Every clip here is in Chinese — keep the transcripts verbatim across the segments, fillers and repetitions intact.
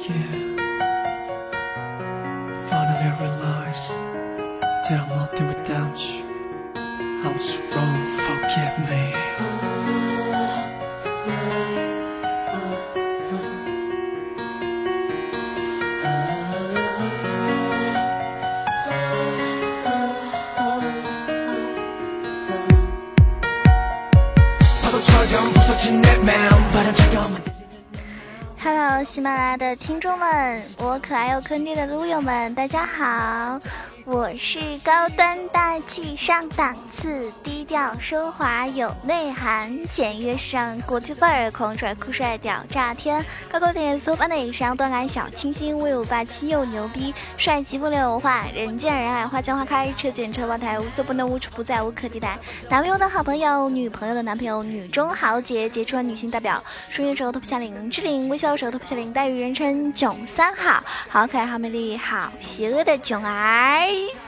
yeah. Finally realized that I'm nothing without you. I was wrong, forgive me. Hello， 喜马拉雅的听众们，我可爱又坑爹的撸友们，大家好，我是高端大气上档次，低调奢华有内涵，简约上国际范儿，狂拽酷帅屌炸天，高高点粗般内伤，端感小清新，威武霸气又牛逼，帅气风流话，人见人爱，花见花开，车见车爆胎，无所不能，无处不在，无可替代。男朋友的好朋友，女朋友的男朋友，女中豪杰，杰出的女性代表，书院手头不下林志玲，微笑手头不下林，待遇人称囧三好，好可爱，好美丽，好邪恶的囧儿。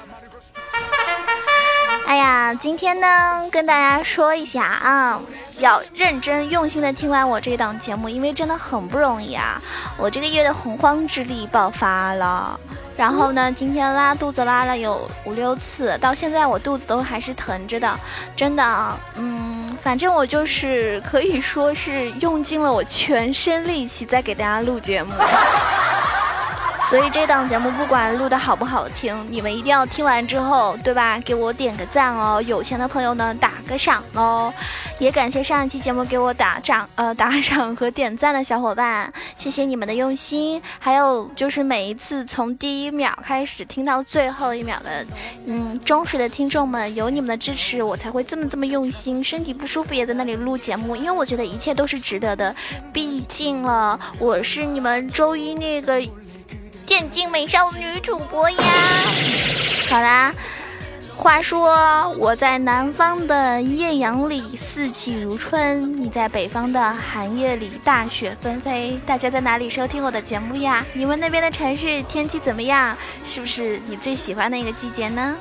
哎呀，今天呢，跟大家说一下啊，要认真用心的听完我这档节目，因为真的很不容易啊！我这个月的洪荒之力爆发了，然后呢，今天拉肚子拉了有五六次，到现在我肚子都还是疼着的，真的，嗯，反正我就是可以说是用尽了我全身力气在给大家录节目。所以这档节目不管录的好不好听，你们一定要听完之后，对吧？给我点个赞哦，有钱的朋友呢打个赏哦。也感谢上一期节目给我打赏呃打赏和点赞的小伙伴，谢谢你们的用心。还有就是每一次从第一秒开始听到最后一秒的，嗯，忠实的听众们，有你们的支持，我才会这么这么用心，身体不舒服也在那里录节目，因为我觉得一切都是值得的。毕竟了，我是你们周一那个电竞美少女主播呀。好啦，话说我在南方的艳阳里四季如春，你在北方的寒夜里大雪纷飞。大家在哪里收听我的节目呀？你们那边的城市天气怎么样？是不是你最喜欢的一个季节呢？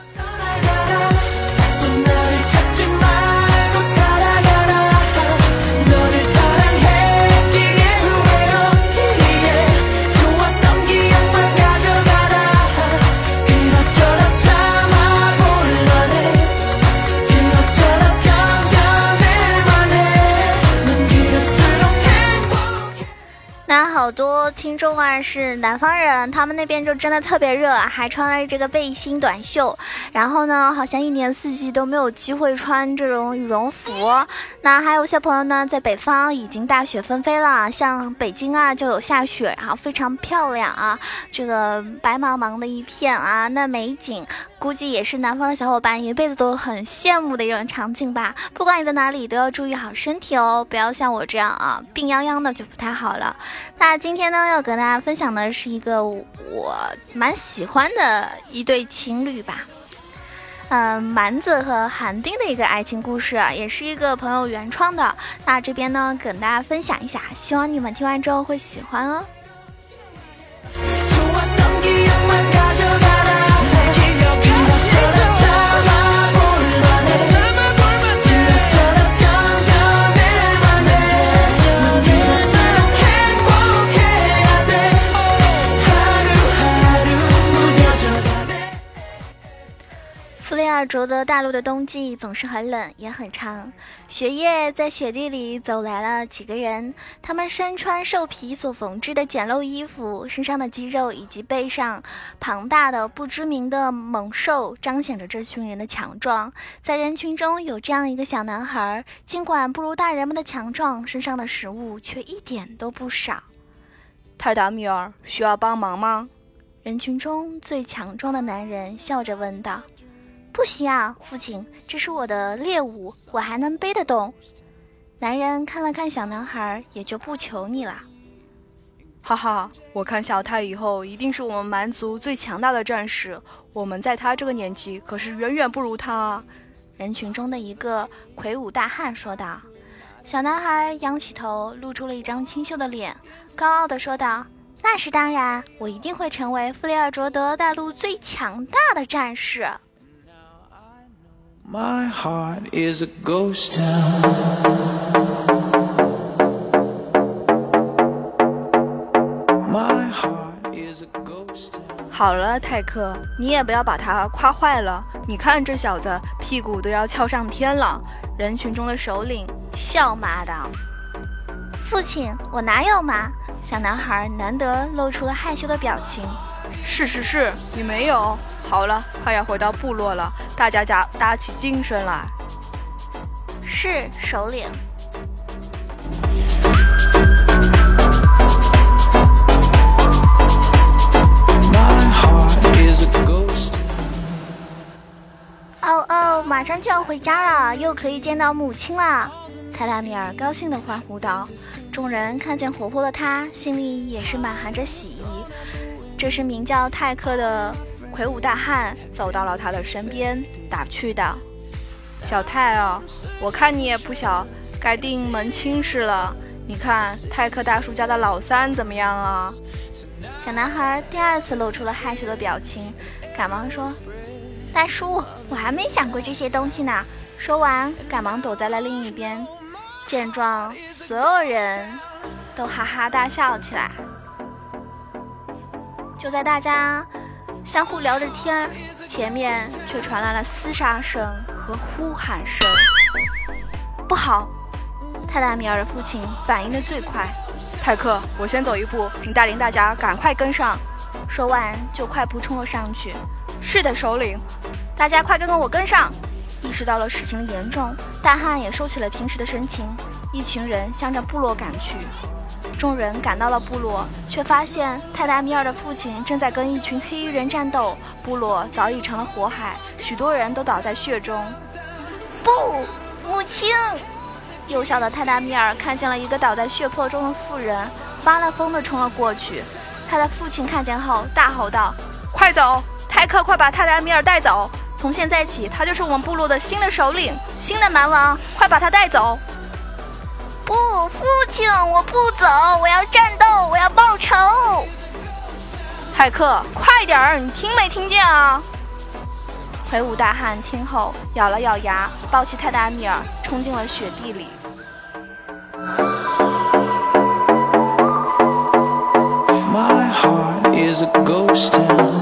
那好多听众啊是南方人，他们那边就真的特别热，还穿了这个背心短袖，然后呢好像一年四季都没有机会穿这种羽绒服。那还有些朋友呢在北方已经大雪纷飞了，像北京啊就有下雪，然后非常漂亮啊，这个白茫茫的一片啊，那美景估计也是南方的小伙伴一辈子都很羡慕的一种场景吧。不管你在哪里都要注意好身体哦，不要像我这样啊病殃殃的就不太好了。那今天呢要跟大家分享的是一个我蛮喜欢的一对情侣吧，嗯，蛮子和韩丁的一个爱情故事啊，也是一个朋友原创的。那这边呢跟大家分享一下，希望你们听完之后会喜欢哦。弗雷尔卓的大陆的冬季总是很冷也很长，雪夜在雪地里走来了几个人，他们身穿兽皮所缝制的简陋衣服，身上的肌肉以及背上庞大的不知名的猛兽彰显着这群人的强壮。在人群中有这样一个小男孩，尽管不如大人们的强壮，身上的食物却一点都不少。 泰达米尔，需要帮忙吗？ 人群中最强壮的男人笑着问道。不需要，父亲，这是我的猎物，我还能背得动。男人看了看小男孩，也就不求你了。 哈哈，我看小泰以后一定是我们蛮族最强大的战士，我们在他这个年纪可是远远不如他啊。 人群中的一个魁梧大汉说道。小男孩仰起头，露出了一张清秀的脸，高傲地说道，那是当然，我一定会成为弗雷尔卓德大陆最强大的战士。 My heart is a ghost town. My heart 好了，泰克，你也不要把他夸坏了。你看这小子屁股都要翘上天了。人群中的首领笑骂道：“ 父亲，我哪有嘛？”小男孩难得露出了害羞的表情。 是是是，你没有。好了，快要回到部落了，大家打打起精神来。 是，首领。哦哦，马上就要回家了，又可以见到母亲了。泰达米尔高兴地欢呼道。众人看见活泼的他，心里也是满含着喜意。这时名叫泰克的魁梧大汉走到了他的身边，打趣道：“ 小泰啊，我看你也不小，该定门亲事了。你看泰克大叔家的老三怎么样啊？” 小男孩第二次露出了害羞的表情，赶忙说：“大叔，我还没想过这些东西呢。”说完，赶忙躲在了另一边。见状，所有人都哈哈大笑起来。就在大家相互聊着天，前面却传来了厮杀声和呼喊声。不好！泰达米尔的父亲反应的最快。 泰克，我先走一步，请带领大家赶快跟上。 说完就快步冲了上去。 是的，首领， 大家快跟我跟上！意识到了事情的严重，大汉也收起了平时的神情。一群人向着部落赶去。众人赶到了部落，却发现泰达米尔的父亲正在跟一群黑衣人战斗，部落早已成了火海，许多人都倒在血中。不，母亲！幼小的泰达米尔看见了一个倒在血泊中的妇人，发了疯地冲了过去。他的父亲看见后大吼道：“ 快走！泰克，快把泰达米尔带走！从现在起，他就是我们部落的新的首领，新的蛮王，快把他带走！” 不，父亲，我不走，我要战斗，我要报仇！ 泰克，快点儿，你听没听见啊？ 魁梧大汉听后咬了咬牙，抱起泰达米尔冲进了雪地里。My heart is a ghost town。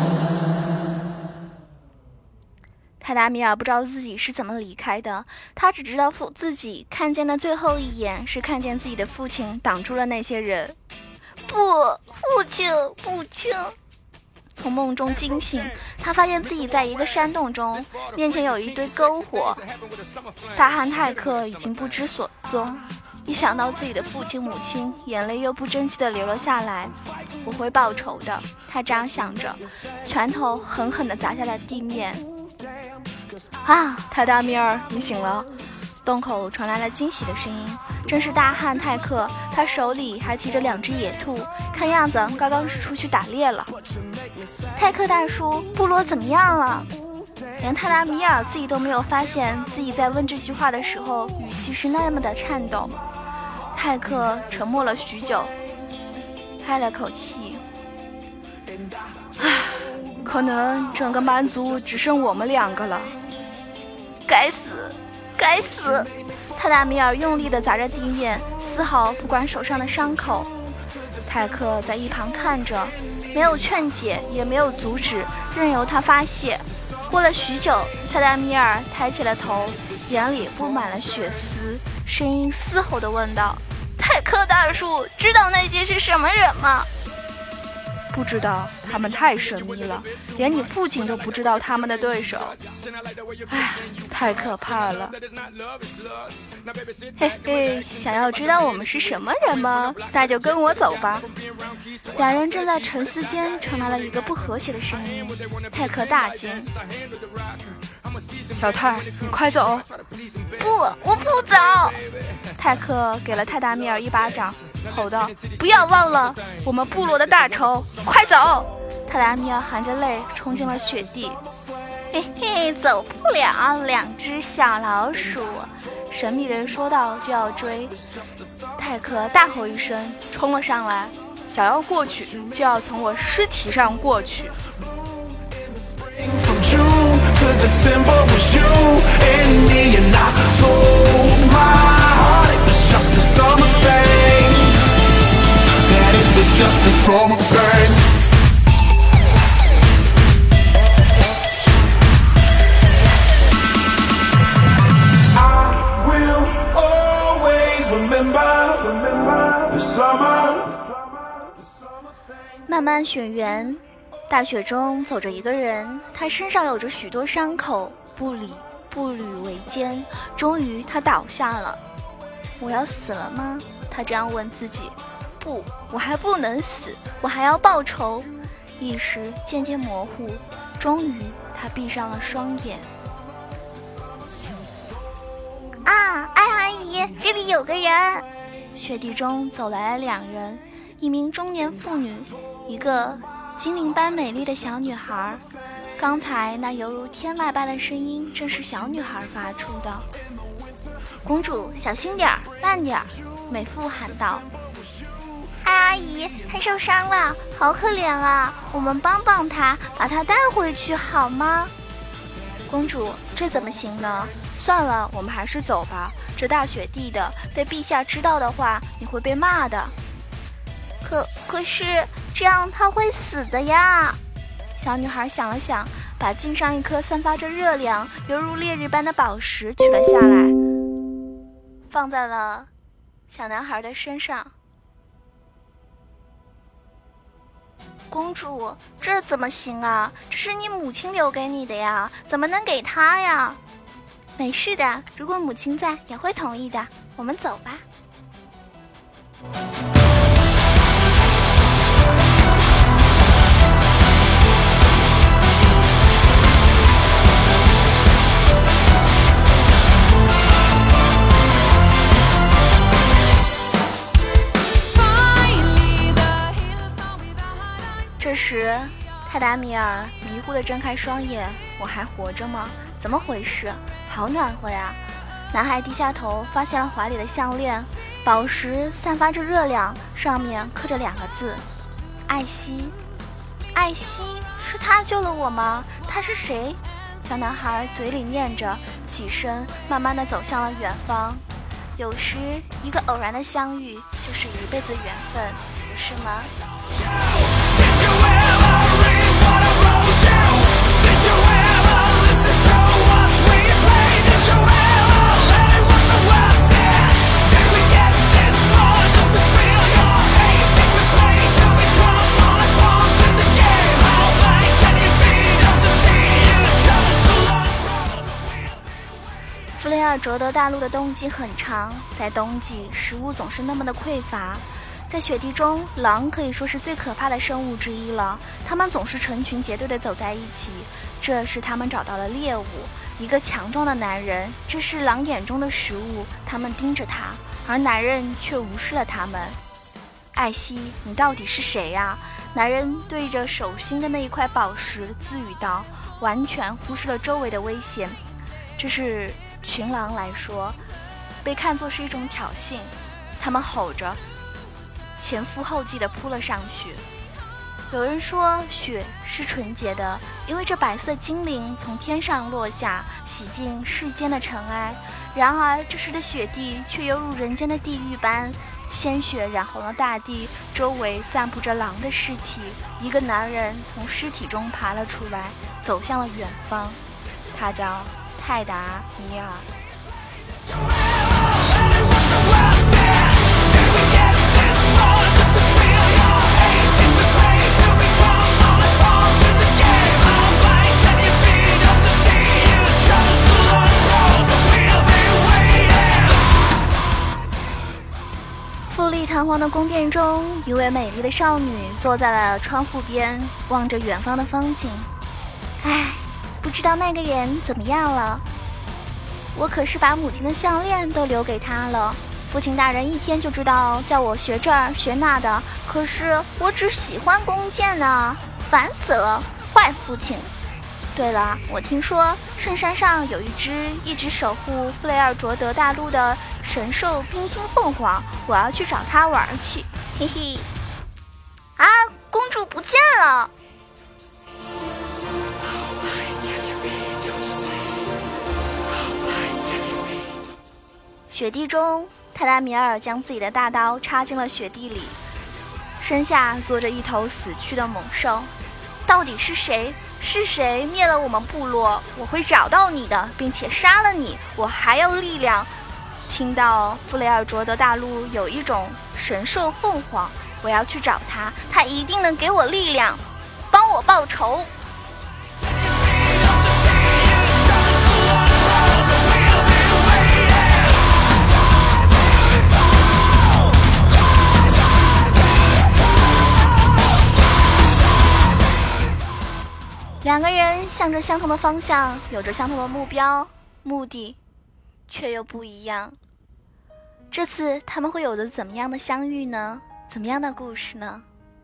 泰达米尔不知道自己是怎么离开的，他只知道父自己看见的最后一眼是看见自己的父亲挡住了那些人。不，父亲，父亲！从梦中惊醒，他发现自己在一个山洞中，面前有一堆篝火。大汉泰克已经不知所踪，一想到自己的父亲母亲，眼泪又不争气地流了下来。我会报仇的，他这样想着，拳头狠狠地砸下了地面。啊，泰达米尔，你醒了！洞口传来了惊喜的声音，正是大汉泰克，他手里还提着两只野兔，看样子刚刚是出去打猎了。泰克大叔，部落怎么样了？连泰达米尔自己都没有发现自己在问这句话的时候，语气是那么的颤抖。泰克沉默了许久，叹了口气，唉， 可能整个蛮族只剩我们两个了。 该死，该死！泰达米尔用力地砸着地面，丝毫不管手上的伤口。泰克在一旁看着，没有劝解，也没有阻止，任由他发泄。过了许久，泰达米尔抬起了头，眼里布满了血丝，声音嘶吼地问道：“泰克大叔，知道那些是什么人吗？” 不知道，他们太神秘了，连你父亲都不知道他们的对手。唉，太可怕了。 嘿嘿，想要知道我们是什么人吗？那就跟我走吧。两人正在沉思间，传来了一个不和谐的声音。泰克大惊：“ 小泰，你快走！” 不，我不走！泰克给了泰达米尔一巴掌，吼道：“不要忘了我们部落的大仇，快走！”泰达米尔含着泪冲进了雪地。嘿嘿，走不了，两只小老鼠。神秘人说道，就要追。泰克大吼一声，冲了上来， 想要过去，就要从我尸体上过去。 From June to December was you and me, and I told my heart it was just a summer thing, that it was just a summer thing. the summer. 漫漫雪原，大雪中走着一个人，他身上有着许多伤口，步履步履维艰，终于他倒下了。我要死了吗？他这样问自己。不，我还不能死，我还要报仇。意识渐渐模糊，终于他闭上了双眼。 啊，艾阿姨，这里有个人。 雪地中走来了两人，一名中年妇女，一个精灵般美丽的小女孩。刚才那犹如天籁般的声音正是小女孩发出的。公主，小心点儿，慢点儿，美妇喊道。 艾阿姨，她受伤了，好可怜啊，我们帮帮她，把她带回去好吗？ 公主，这怎么行呢？算了，我们还是走吧，这大雪地的，被陛下知道的话，你会被骂的。 可可是这样她会死的呀。 小女孩想了想，把镜上一颗散发着热量犹如烈日般的宝石取了下来，放在了小男孩的身上。 公主，这怎么行啊？这是你母亲留给你的呀，怎么能给她呀？ 没事的，如果母亲在也会同意的，我们走吧。这时泰达米尔迷糊地睁开双眼，我还活着吗？怎么回事？好暖和呀！男孩低下头，发现了怀里的项链，宝石散发着热量，上面刻着两个字：艾希。艾希，是他救了我吗？他是谁？小男孩嘴里念着，起身慢慢地走向了远方。有时一个偶然的相遇就是一辈子缘分，不是吗？弗雷尔卓德大陆的冬季很长，在冬季食物总是那么的匮乏。在雪地中，狼可以说是最可怕的生物之一了。它们总是成群结队地走在一起，这是他们找到了猎物。一个强壮的男人，这是狼眼中的食物，他们盯着他，而男人却无视了他们。艾希，你到底是谁呀？男人对着手心的那一块宝石自语道，完全忽视了周围的危险。这是群狼来说，被看作是一种挑衅。他们吼着，前赴后继地扑了上去。有人说雪是纯洁的，因为这白色的精灵从天上落下，洗净世间的尘埃。然而这时的雪地却犹如人间的地狱般，鲜血染红了大地，周围散布着狼的尸体。一个男人从尸体中爬了出来，走向了远方，他叫泰达米尔。富丽堂皇的宫殿中，一位美丽的少女坐在了窗户边，望着远方的风景。唉，不知道那个人怎么样了。我可是把母亲的项链都留给他了，父亲大人一天就知道叫我学这儿学那的，可是我只喜欢弓箭啊，烦死了，坏父亲。对了，我听说圣山上有一只一直守护弗雷尔卓德大陆的神兽冰晶凤凰，我要去找它玩去，嘿嘿。啊，公主不见了！雪地中，泰达米尔将自己的大刀插进了雪地里，身下坐着一头死去的猛兽。到底是谁？是谁灭了我们部落？我会找到你的，并且杀了你。我还有力量， 听到弗雷尔卓德大陆有一种神兽凤凰，我要去找他，他一定能给我力量，帮我报仇。两个人向着相同的方向，有着相同的目标，目的却又不一样。这次他们会有着怎么样的相遇呢？怎么样的故事呢？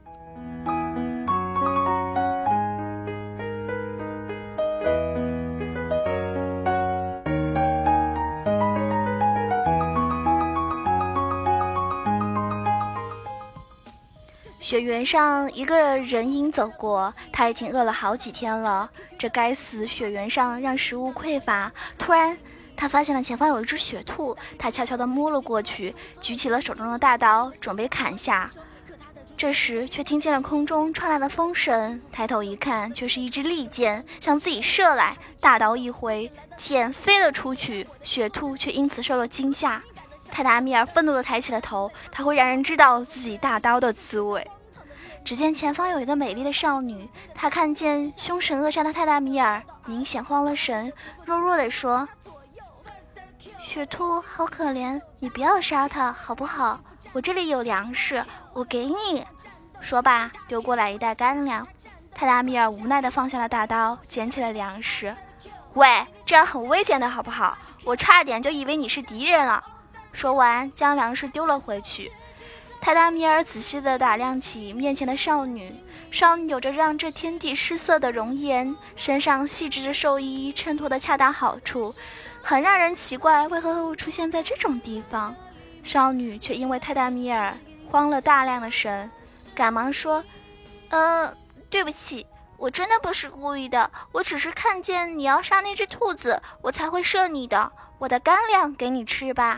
雪原上，一个人影走过，他已经饿了好几天了。这该死雪原上让食物匮乏。突然，他发现了前方有一只雪兔，他悄悄地摸了过去，举起了手中的大刀，准备砍下。这时，却听见了空中传来的风声，抬头一看，却是一支利箭向自己射来。大刀一挥，箭飞了出去，雪兔却因此受了惊吓。泰达米尔愤怒地抬起了头，他会让人知道自己大刀的滋味。只见前方有一个美丽的少女，她看见凶神恶煞的泰达米尔，明显慌了神，弱弱地说：“雪兔好可怜，你不要杀它好不好？我这里有粮食，我给你。”说罢，丢过来一袋干粮。泰达米尔无奈地放下了大刀，捡起了粮食。“喂，这样很危险的好不好？我差点就以为你是敌人了。”说完，将粮食丢了回去。泰达米尔仔细地打量起面前的少女，少女有着让这天地失色的容颜，身上细致的寿衣衬托得恰到好处，很让人奇怪为何会出现在这种地方。少女却因为泰达米尔慌了大量的神，赶忙说：“呃，对不起，我真的不是故意的，我只是看见你要杀那只兔子，我才会射你的。我的干粮给你吃吧。”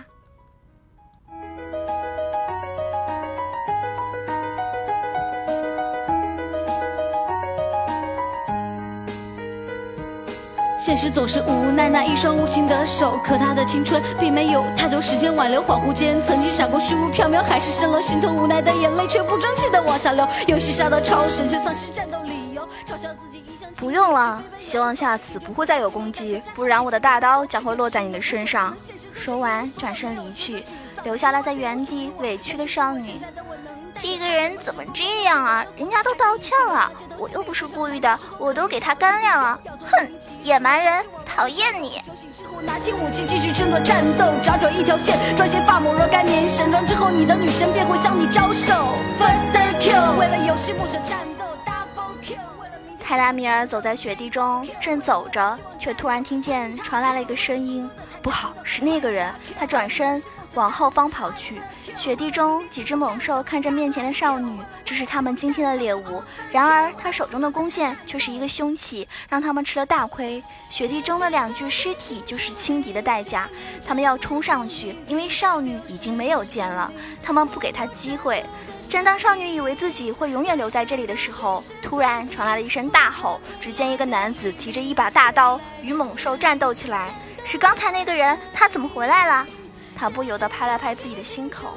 现实总是无奈，那一双无形的手，可他的青春并没有太多时间挽留。恍惚间，曾经闪过虚无缥缈，还是蜃楼，心头无奈的眼泪却不争气的往下流。游戏杀到超神，却丧失战斗理由，嘲笑自己一厢情愿。 不用了，希望下次不会再有攻击，不然我的大刀将会落在你的身上。说完，转身离去，留下了在原地委屈的少女。这个人怎么这样啊？人家都道歉了，我又不是故意的，我都给他干粮了。哼，野蛮人，讨厌你！ 拿起武器继续争夺战斗，找准一条线，专线发某若干年。神装之后，你的女神便会向你招手。Faster kill， 为了游戏不舍战斗 ，Double kill。 泰达米尔走在雪地中，正走着，却突然听见传来了一个声音，不好，是那个人。他转身往后方跑去。雪地中，几只猛兽看着面前的少女，这是他们今天的猎物。然而，他手中的弓箭却是一个凶器，让他们吃了大亏。雪地中的两具尸体就是轻敌的代价。他们要冲上去，因为少女已经没有剑了。他们不给她机会。正当少女以为自己会永远留在这里的时候，突然传来了一声大吼。只见一个男子提着一把大刀，与猛兽战斗起来。是刚才那个人，他怎么回来了？他不由得拍了拍自己的心口。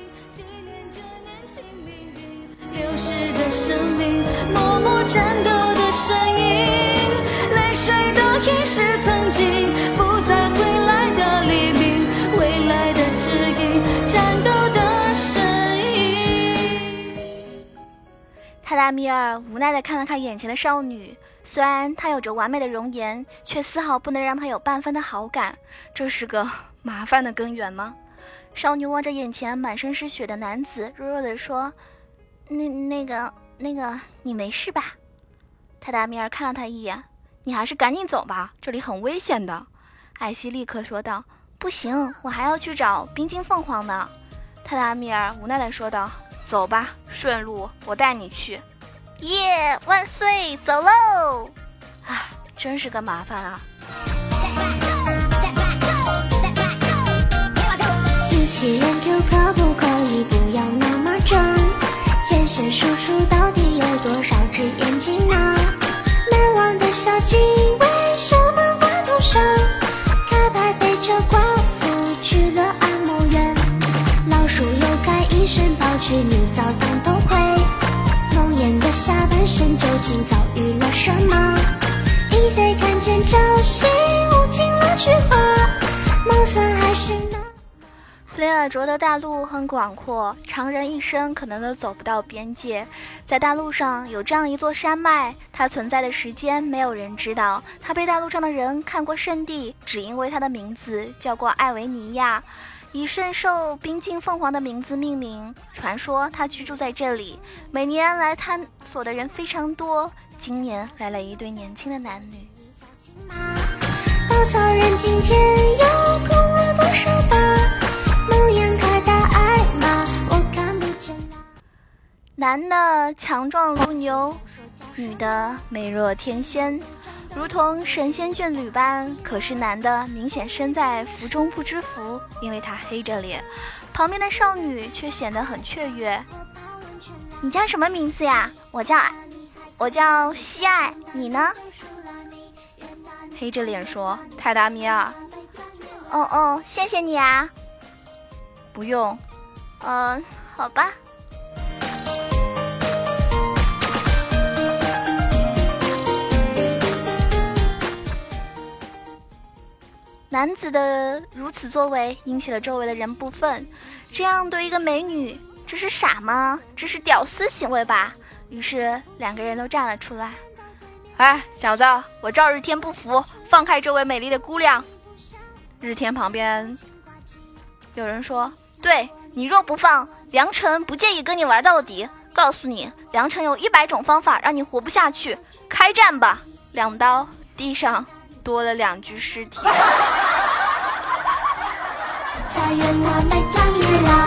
流逝的生命，默默战斗的身影，泪水都已是曾经，不再回来的黎明，未来的指引，战斗的身影。 泰达米尔无奈地看了看眼前的少女，虽然她有着完美的容颜，却丝毫不能让她有半分的好感。这是个麻烦的根源吗？少女望着眼前满身是血的男子，弱弱地说：“那那个那个，你没事吧？”泰达米尔看了他一眼：“你还是赶紧走吧，这里很危险的。”艾希立刻说道：“不行，我还要去找冰晶凤凰呢。”泰达米尔无奈地说道：“走吧，顺路，我带你去。” 耶，万岁，走喽！ 啊，真是个麻烦啊！ 机器人 Q 可不可以不要那么真？健身叔叔到底有多少只眼睛呢？难忘的小鸡为什么会脱身？卡牌背着寡妇去了爱织女早当头盔，梦魇的下半身究竟遭遇了什么？一岁看见朝夕，无尽了菊花，梦散还是那。 弗雷尔卓的大陆很广阔，常人一生可能都走不到边界。在大陆上有这样一座山脉，它存在的时间没有人知道，它被大陆上的人看过圣地，只因为它的名字叫过艾维尼亚，以圣兽冰镜凤凰的名字命名。传说它居住在这里，每年来探索的人非常多。今年来了一对年轻的男女。 稻草人今天又哭了多少吧？梦魇开大爱吗？我看不见啦。 男的强壮如牛，女的美若天仙，如同神仙眷侣般。可是男的明显身在福中不知福，因为他黑着脸，旁边的少女却显得很雀跃。 你叫什么名字呀？我叫我叫西爱，你呢？ 黑着脸说：泰达米尔。 哦哦，谢谢你啊。 不用。 嗯、呃，好吧。 男子的如此作为引起了周围的人不忿，这样对一个美女，这是傻吗？这是屌丝行为吧？于是两个人都站了出来。 哎，小子，我赵日天不服，放开这位美丽的姑娘。日天旁边有人说： 对，你若不放，梁晨不介意跟你玩到底。告诉你，梁晨有一百种方法让你活不下去，开战吧！两刀，地上多了两具尸体。 在原那美战女郎。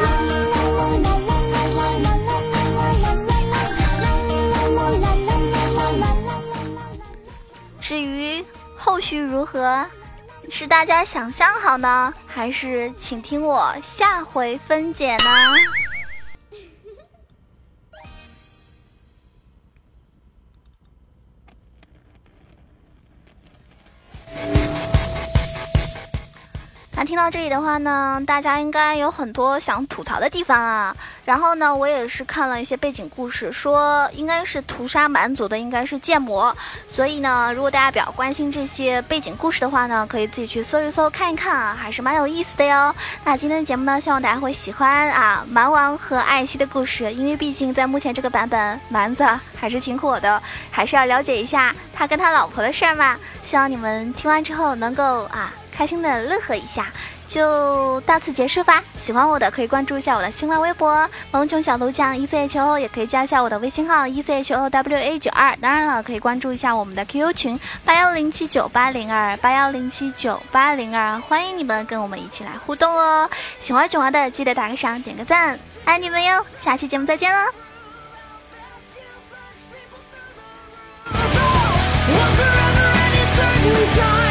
至于后续如何，是大家想象好呢，还是请听我下回分解呢？那听到这里的话呢，大家应该有很多想吐槽的地方啊。然后呢，我也是看了一些背景故事，说应该是屠杀蛮族的应该是剑魔。所以呢，如果大家比较关心这些背景故事的话呢，可以自己去搜一搜看一看啊，还是蛮有意思的哟。那今天的节目呢，希望大家会喜欢啊蛮王和艾希的故事，因为毕竟在目前这个版本，蛮子还是挺火的，还是要了解一下他跟他老婆的事儿嘛。希望你们听完之后能够啊开心的乐呵一下，就到此结束吧。喜欢我的可以关注一下我的新浪微博萌囧小鹿酱 E C H O， 也可以加一下我的微信号 E C H O W A 九二。当然了，可以关注一下我们的 Q Q 群八幺零七九八零二八幺零七九八零二，欢迎你们跟我们一起来互动哦。喜欢囧儿的记得打个赏点个赞，爱你们哟，下期节目再见了。 Was there ever any certain time